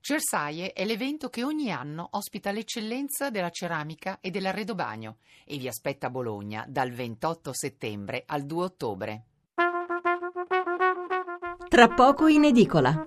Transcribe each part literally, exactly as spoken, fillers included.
Cersaie è l'evento che ogni anno ospita l'eccellenza della ceramica e dell'arredobagno e vi aspetta a Bologna dal ventotto settembre al due ottobre. Tra poco in edicola.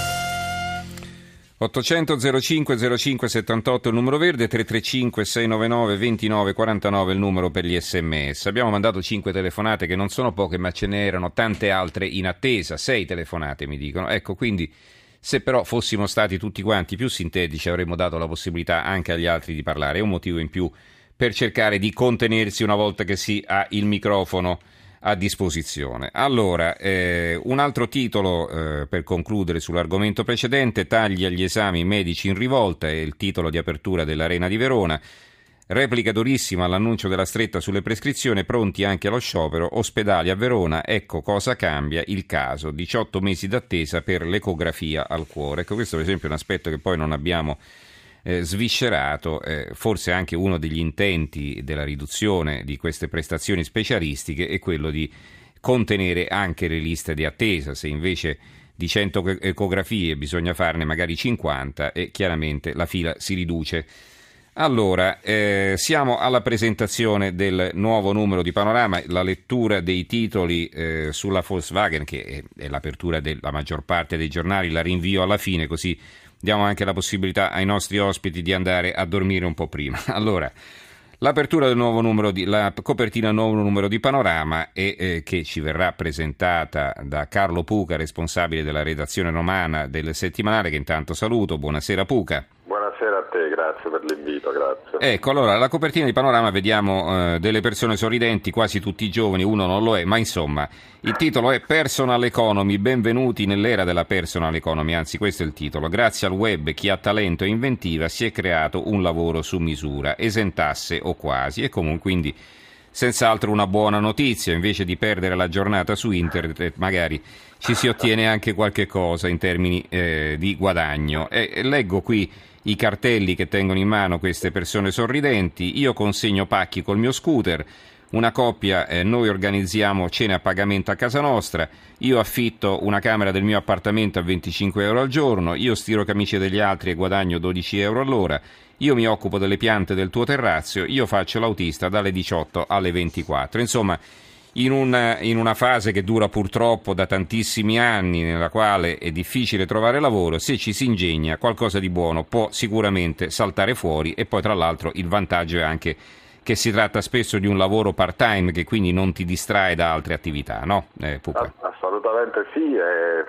ottocento zero cinque zero cinque settantotto il numero verde, tre tre cinque sei nove nove due nove quattro nove il numero per gli sms. Abbiamo mandato cinque telefonate che non sono poche, ma ce n'erano tante altre in attesa, sei telefonate mi dicono. Ecco, quindi se però fossimo stati tutti quanti più sintetici avremmo dato la possibilità anche agli altri di parlare. È un motivo in più per cercare di contenersi una volta che si ha il microfono a disposizione. Allora, eh, un altro titolo eh, per concludere sull'argomento precedente: tagli agli esami, medici in rivolta, è il titolo di apertura dell'Arena di Verona. Replica durissima all'annuncio della stretta sulle prescrizioni, pronti anche allo sciopero, ospedali a Verona, ecco cosa cambia il caso, diciotto mesi d'attesa per l'ecografia al cuore. Ecco, questo per esempio è un aspetto che poi non abbiamo eh, sviscerato, eh, forse anche uno degli intenti della riduzione di queste prestazioni specialistiche è quello di contenere anche le liste di attesa. Se invece di cento ecografie bisogna farne magari cinquanta, e chiaramente la fila si riduce. Allora, eh, siamo alla presentazione del nuovo numero di Panorama, la lettura dei titoli eh, sulla Volkswagen, che è, è l'apertura della maggior parte dei giornali, la rinvio alla fine, così diamo anche la possibilità ai nostri ospiti di andare a dormire un po' prima. Allora, l'apertura del nuovo numero di, la copertina del nuovo numero di Panorama è eh, che ci verrà presentata da Carlo Puca, responsabile della redazione romana del settimanale, che intanto saluto. Buonasera Puca. Buonasera a te, grazie per l'invito, grazie. Ecco, allora, alla copertina di Panorama vediamo eh, delle persone sorridenti, quasi tutti giovani, uno non lo è, ma insomma, il titolo è Personal Economy, benvenuti nell'era della personal economy, anzi questo è il titolo. Grazie al web, chi ha talento e inventiva si è creato un lavoro su misura, esentasse o quasi, e comunque quindi senz'altro una buona notizia, invece di perdere la giornata su internet magari ci si ottiene anche qualche cosa in termini eh, di guadagno. E, e leggo qui i cartelli che tengono in mano queste persone sorridenti: io consegno pacchi col mio scooter, una coppia, eh, noi organizziamo cene a pagamento a casa nostra, io affitto una camera del mio appartamento a venticinque euro al giorno, io stiro camicie degli altri e guadagno dodici euro all'ora, io mi occupo delle piante del tuo terrazzo, io faccio l'autista dalle diciotto alle ventiquattro. Insomma, in una, in una fase che dura purtroppo da tantissimi anni, nella quale è difficile trovare lavoro, se ci si ingegna qualcosa di buono può sicuramente saltare fuori. E poi tra l'altro il vantaggio è anche che si tratta spesso di un lavoro part-time, che quindi non ti distrae da altre attività, no? Eh, Puca. Assolutamente sì, eh,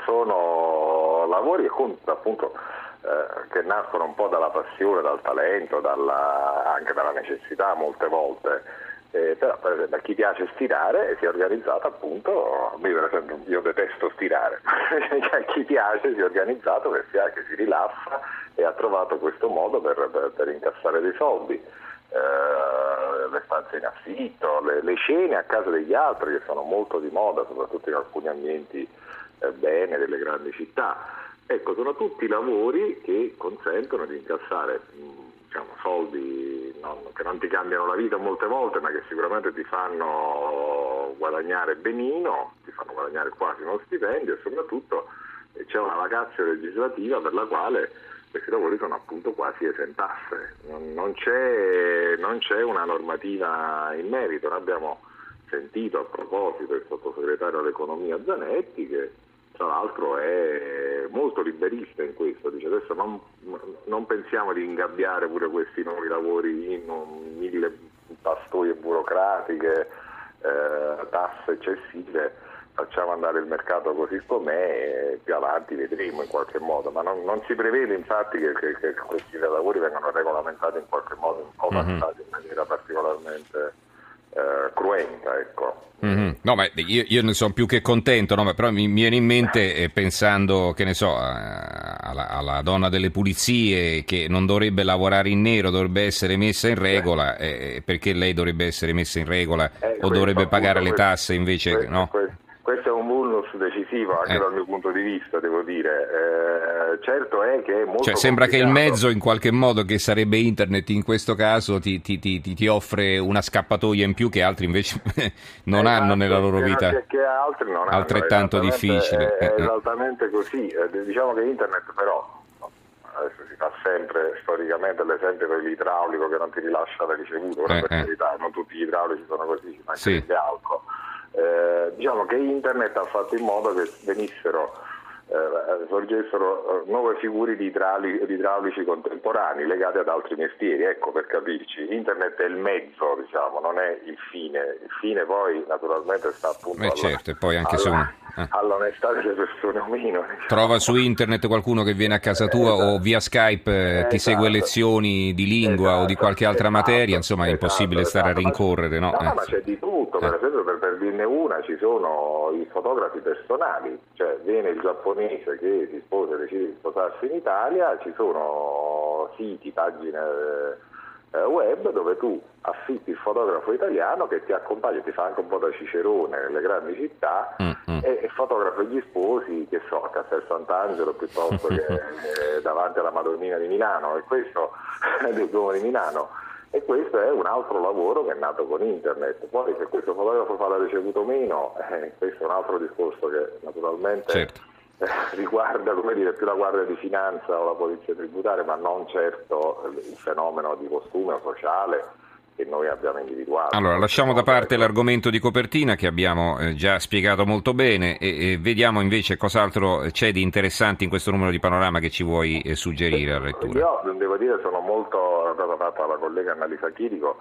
sono lavori che appunto eh, che nascono un po' dalla passione, dal talento, dalla, anche dalla necessità molte volte. Eh, però per esempio a chi piace stirare si è organizzato appunto, per esempio io detesto stirare, a chi piace si è organizzato che si, che si rilassa e ha trovato questo modo per, per, per incassare dei soldi. Eh, le stanze in affitto, le, le cene a casa degli altri, che sono molto di moda soprattutto in alcuni ambienti eh, bene delle grandi città. Ecco, sono tutti lavori che consentono di incassare mh, diciamo, soldi non, che non ti cambiano la vita molte volte, ma che sicuramente ti fanno guadagnare benino, ti fanno guadagnare quasi uno stipendio, e soprattutto eh, c'è una vacatio legislativa per la quale questi lavori sono appunto quasi esentasse. Non, non, c'è, non c'è una normativa in merito. Noi abbiamo sentito a proposito il sottosegretario all'economia Zanetti, che tra l'altro è molto liberista in questo, dice adesso non, non pensiamo di ingabbiare pure questi nuovi lavori in un mille pastoie burocratiche, eh, tasse eccessive, facciamo andare il mercato così com'è e più avanti vedremo in qualche modo, ma non, non si prevede infatti che, che, che questi lavori vengano regolamentati in qualche modo o tassati in maniera particolarmente eh, cruenta, ecco. Mm-hmm. No, ma io, io ne sono più che contento, no? Ma però mi, mi viene in mente eh, pensando, che ne so, alla, alla donna delle pulizie che non dovrebbe lavorare in nero, dovrebbe essere messa in regola, eh, perché lei dovrebbe essere messa in regola eh, o dovrebbe pagare le tasse invece, questo, no? Questo, questo è un vulnus decisivo anche eh. dal mio punto di vista, devo dire. Eh, certo è che è molto cioè, sembra complicato. Che il mezzo in qualche modo, che sarebbe internet in questo caso, ti, ti, ti, ti offre una scappatoia in più che altri invece non esatto, hanno nella loro vita, che, che altri non altrettanto hanno, difficile. È, è esattamente così. Eh, diciamo che internet però, sempre storicamente l'esempio dell'idraulico che non ti rilascia la ricevuta, ora eh, per eh. carità, non tutti gli idraulici sono così, ci mancherebbe Sì. altro. Eh, diciamo che internet ha fatto in modo che venissero eh, sorgessero eh, nuove figure di, idrauli, di idraulici contemporanei legate ad altri mestieri. Ecco, per capirci, internet è il mezzo, diciamo, non è il fine. Il fine poi naturalmente sta appunto Eh, alla, certo, e poi anche alla, se uno, eh. all'onestà delle persone o meno, diciamo. Trova su internet qualcuno che viene a casa tua Esatto. o via Skype eh, ti segue Esatto. lezioni di lingua Esatto, o di qualche altra esatto, materia, insomma è esatto, impossibile stare esatto. a rincorrere, no? No, Eh, ma sì. c'è di tutto, per Eh. esempio per, per dirne una ci sono i fotografi personali, cioè viene il giapponese che si sposa e decide di sposarsi in Italia, ci sono siti, pagine eh, web dove tu affitti il fotografo italiano che ti accompagna, ti fa anche un po' da cicerone nelle grandi città Mm, mm. e, e fotografa gli sposi, che so, a Castel Sant'Angelo piuttosto che eh, davanti alla Madonnina di Milano, e questo del Duomo di Milano. E questo è un altro lavoro che è nato con internet. Poi se questo fotografo fa la ricevuta o meno, eh, questo è un altro discorso che naturalmente Certo. eh, riguarda, come dire, più la Guardia di Finanza o la Polizia Tributaria, ma non certo il fenomeno di costume o sociale che noi abbiamo individuato. Allora, lasciamo da parte l'argomento di copertina che abbiamo eh, già spiegato molto bene e, e vediamo invece cos'altro c'è di interessante in questo numero di Panorama che ci vuoi eh, suggerire alla lettura. Io devo dire sono molto, è stata fatta dalla collega Annalisa Chirico,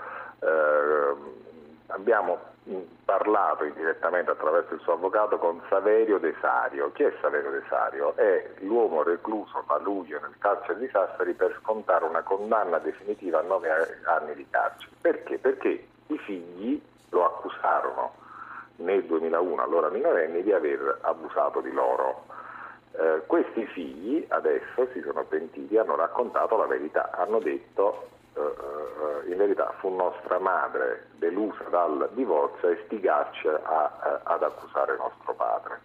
eh, abbiamo parlato indirettamente attraverso il suo avvocato con Saverio De Sario. Chi è Saverio De Sario? È l'uomo recluso da luglio nel carcere di Sassari per scontare una condanna definitiva a nove anni di carcere. Perché? Perché i figli lo accusarono nel duemilauno, allora minorenni, di aver abusato di loro. Eh, questi figli adesso si sono pentiti, hanno raccontato la verità, hanno detto Uh, in verità fu nostra madre delusa dal divorzio a istigarci a, a, ad accusare nostro padre,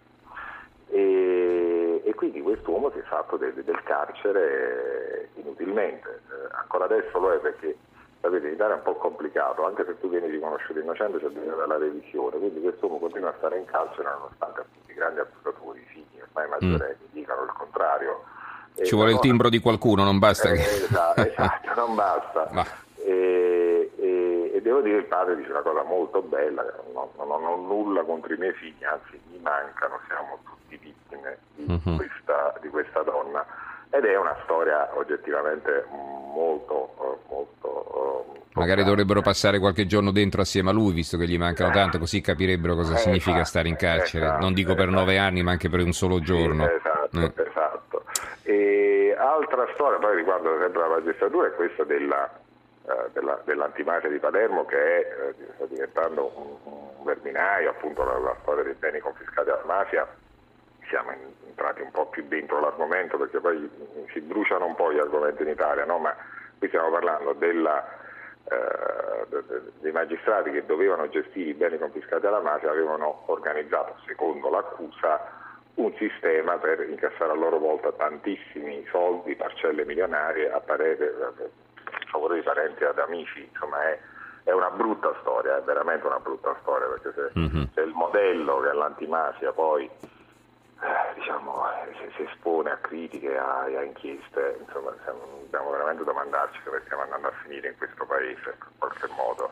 e, e quindi quest'uomo si è fatto del, del carcere inutilmente. Uh, ancora adesso lo è, perché sapete, in Italia è un po' complicato, anche se tu vieni riconosciuto innocente c'è bisogno della revisione, quindi quest'uomo continua a stare in carcere nonostante tutti i grandi accusatori, i figli ormai maggiorenni, mm. dicano il contrario. Ci vuole il timbro di qualcuno, non basta eh, che... esatto, esatto, non basta. Ma... E, e, e devo dire, il padre dice una cosa molto bella: non, non, non ho nulla contro i miei figli, anzi mi mancano, siamo tutti vittime di, uh-huh. questa, di questa donna. Ed è una storia oggettivamente molto, molto... Magari dovrebbero passare qualche giorno dentro assieme a lui, visto che gli mancano tanto, così capirebbero cosa eh, significa esatto, stare in carcere. esatto, non dico per esatto. nove anni, ma anche per un solo giorno. Sì, esatto, eh. esatto. E altra storia, poi riguarda sempre la magistratura, è questa della, uh, della, dell'antimafia di Palermo, che è, uh, sta diventando un, un verminaio, appunto la, la storia dei beni confiscati alla mafia. Siamo entrati un po' più dentro l'argomento, perché poi si bruciano un po' gli argomenti in Italia, no? Ma qui stiamo parlando della, uh, de, de, dei magistrati che dovevano gestire i beni confiscati alla mafia, avevano organizzato, secondo l'accusa, un sistema per incassare a loro volta tantissimi soldi, parcelle milionarie a parere, a favore di parenti e ad amici. Insomma è, è una brutta storia, è veramente una brutta storia, perché se, mm-hmm. se il modello che è l'antimafia poi eh, diciamo si, si espone a critiche, a, a inchieste, insomma siamo, dobbiamo veramente domandarci dove stiamo andando a finire in questo paese, in qualche modo.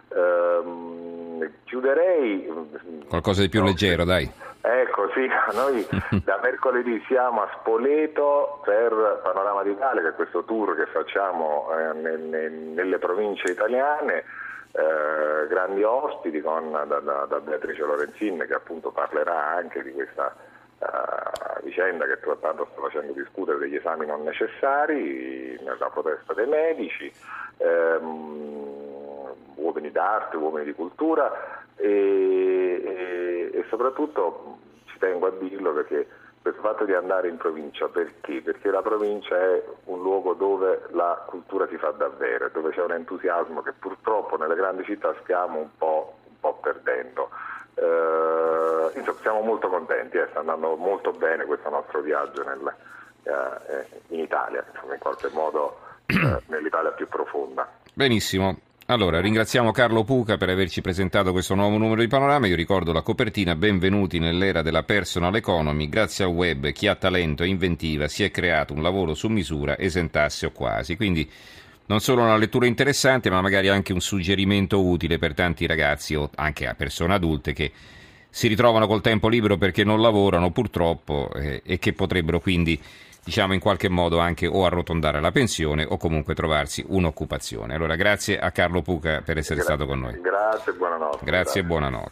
Ehm, chiuderei qualcosa di più no, leggero, dai. Ecco, sì, noi da mercoledì siamo a Spoleto per Panorama d'Italia, che è questo tour che facciamo eh, ne, ne, nelle province italiane, eh, grandi ospiti con, da, da, da Beatrice Lorenzin, che appunto parlerà anche di questa uh, vicenda che tra l'altro sta facendo discutere degli esami non necessari, nella protesta dei medici, ehm, uomini d'arte, uomini di cultura. E, e, e soprattutto ci tengo a dirlo, perché questo fatto di andare in provincia, perché? Perché la provincia è un luogo dove la cultura si fa davvero, dove c'è un entusiasmo che purtroppo nelle grandi città stiamo un po', un po' perdendo. Eh, insomma, siamo molto contenti, eh, sta andando molto bene questo nostro viaggio nel, eh, in Italia, insomma, in qualche modo eh, nell'Italia più profonda. Benissimo. Allora, ringraziamo Carlo Puca per averci presentato questo nuovo numero di Panorama. Io ricordo la copertina: benvenuti nell'era della personal economy, grazie al web chi ha talento e inventiva si è creato un lavoro su misura, esentasse o quasi. Quindi non solo una lettura interessante, ma magari anche un suggerimento utile per tanti ragazzi o anche a persone adulte che si ritrovano col tempo libero perché non lavorano purtroppo eh, e che potrebbero quindi, diciamo, in qualche modo anche o arrotondare la pensione o comunque trovarsi un'occupazione. Allora, grazie a Carlo Puca per essere Gra- stato con noi. Grazie e buonanotte. Grazie e buonanotte.